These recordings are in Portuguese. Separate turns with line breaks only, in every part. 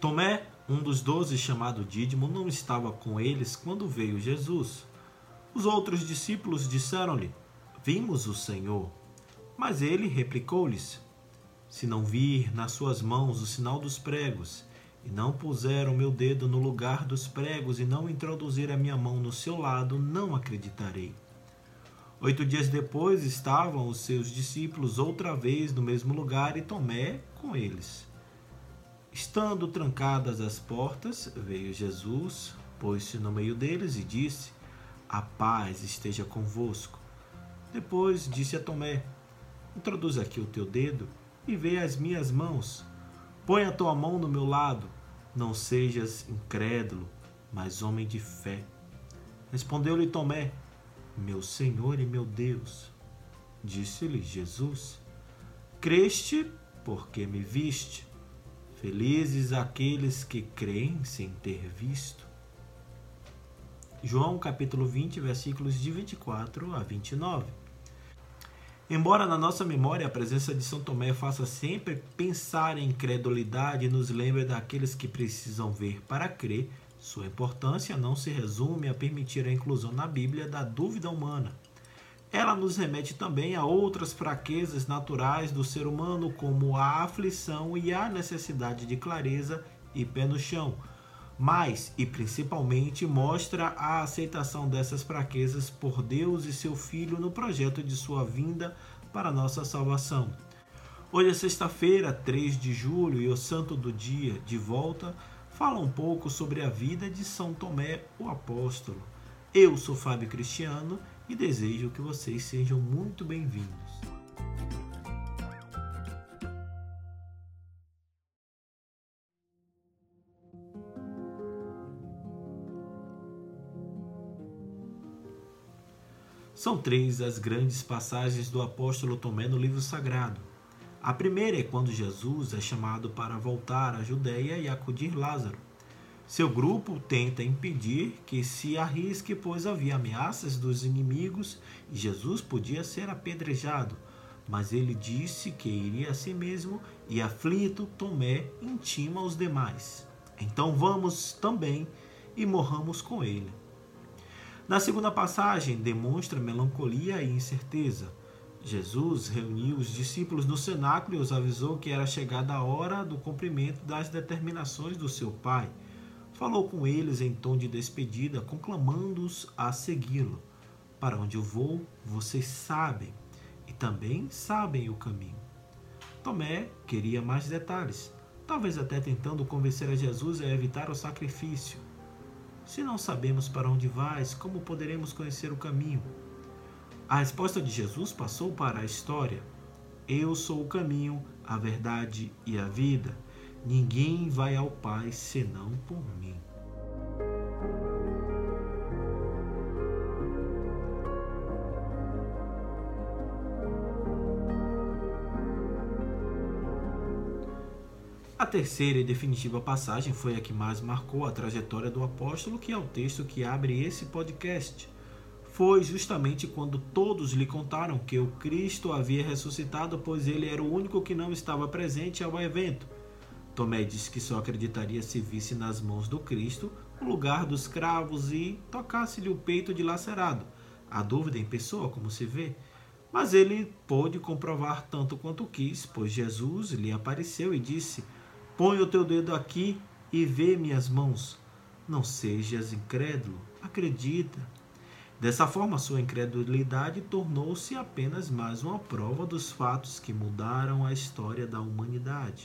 Tomé, um dos 12, chamado Dídimo, não estava com eles quando veio Jesus. Os outros discípulos disseram-lhe: Vimos o Senhor. Mas ele replicou-lhes: Se não vir nas suas mãos o sinal dos pregos, e não puser o meu dedo no lugar dos pregos, e não introduzir a minha mão no seu lado, não acreditarei. 8 dias depois estavam os seus discípulos outra vez no mesmo lugar e Tomé com eles. Estando trancadas as portas, veio Jesus, pôs-se no meio deles e disse: A paz esteja convosco. Depois disse a Tomé: Introduz aqui o teu dedo e vê as minhas mãos. Põe a tua mão no meu lado. Não sejas incrédulo, mas homem de fé. Respondeu-lhe Tomé: Meu Senhor e meu Deus. Disse-lhe Jesus: Creste porque me viste. Felizes aqueles que creem sem ter visto. João capítulo 20, versículos de 24 a 29. Embora na nossa memória a presença de São Tomé faça sempre pensar em incredulidade e nos lembre daqueles que precisam ver para crer, sua importância não se resume a permitir a inclusão na Bíblia da dúvida humana. Ela nos remete também a outras fraquezas naturais do ser humano, como a aflição e a necessidade de clareza e pé no chão, mas, e principalmente, mostra a aceitação dessas fraquezas por Deus e seu Filho no projeto de sua vinda para a nossa salvação. Hoje é sexta-feira, 3 de julho, e o santo do dia, de volta, fala um pouco sobre a vida de São Tomé, o apóstolo. Eu sou Fábio Cristiano e desejo que vocês sejam muito bem-vindos. São 3 as grandes passagens do apóstolo Tomé no livro sagrado. A primeira é quando Jesus é chamado para voltar à Judéia e acudir Lázaro. Seu grupo tenta impedir que se arrisque, pois havia ameaças dos inimigos e Jesus podia ser apedrejado. Mas ele disse que iria a si mesmo e, aflito, Tomé intima os demais: Então vamos também e morramos com ele. Na segunda passagem, demonstra melancolia e incerteza. Jesus reuniu os discípulos no cenáculo e os avisou que era chegada a hora do cumprimento das determinações do seu Pai. Falou com eles em tom de despedida, conclamando-os a segui-lo. Para onde eu vou, vocês sabem, e também sabem o caminho. Tomé queria mais detalhes, talvez até tentando convencer a Jesus a evitar o sacrifício. Se não sabemos para onde vais, como poderemos conhecer o caminho? A resposta de Jesus passou para a história. Eu sou o caminho, a verdade e a vida. Ninguém vai ao Pai senão por mim. A terceira e definitiva passagem foi a que mais marcou a trajetória do apóstolo, que é o texto que abre esse podcast. Foi justamente quando todos lhe contaram que o Cristo havia ressuscitado, pois ele era o único que não estava presente ao evento. Tomé disse que só acreditaria se visse nas mãos do Cristo o lugar dos cravos e tocasse-lhe o peito dilacerado. A dúvida em pessoa, como se vê. Mas ele pôde comprovar tanto quanto quis, pois Jesus lhe apareceu e disse: Põe o teu dedo aqui e vê minhas mãos. Não sejas incrédulo, acredita. Dessa forma, sua incredulidade tornou-se apenas mais uma prova dos fatos que mudaram a história da humanidade.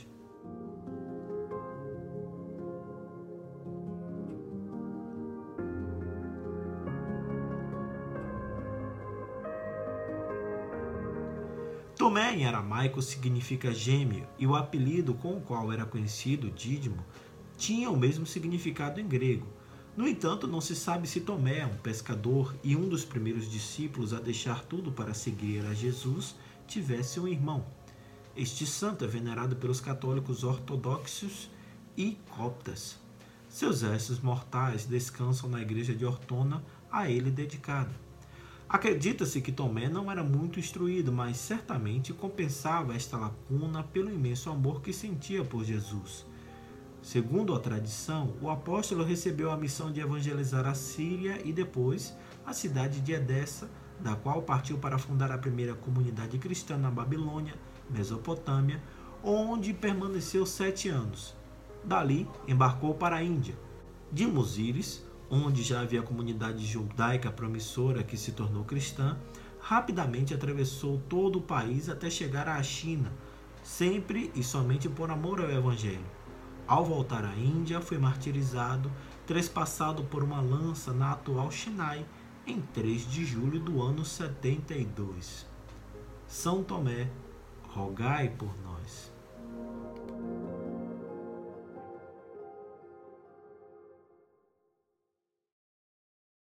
Tomé, em aramaico, significa gêmeo, e o apelido com o qual era conhecido, Dídimo, tinha o mesmo significado em grego. No entanto, não se sabe se Tomé, um pescador e um dos primeiros discípulos a deixar tudo para seguir a Jesus, tivesse um irmão. Este santo é venerado pelos católicos ortodoxos e coptas. Seus restos mortais descansam na igreja de Ortona, a ele dedicada. Acredita-se que Tomé não era muito instruído, mas certamente compensava esta lacuna pelo imenso amor que sentia por Jesus. Segundo a tradição, o apóstolo recebeu a missão de evangelizar a Síria e depois a cidade de Edessa, da qual partiu para fundar a primeira comunidade cristã na Babilônia, Mesopotâmia, onde permaneceu 7 anos. Dali, embarcou para a Índia. De Mosíris, onde já havia comunidade judaica promissora que se tornou cristã, rapidamente atravessou todo o país até chegar à China, sempre e somente por amor ao Evangelho. Ao voltar à Índia, foi martirizado, trespassado por uma lança na atual Chennai, em 3 de julho do ano 72. São Tomé, rogai por nós.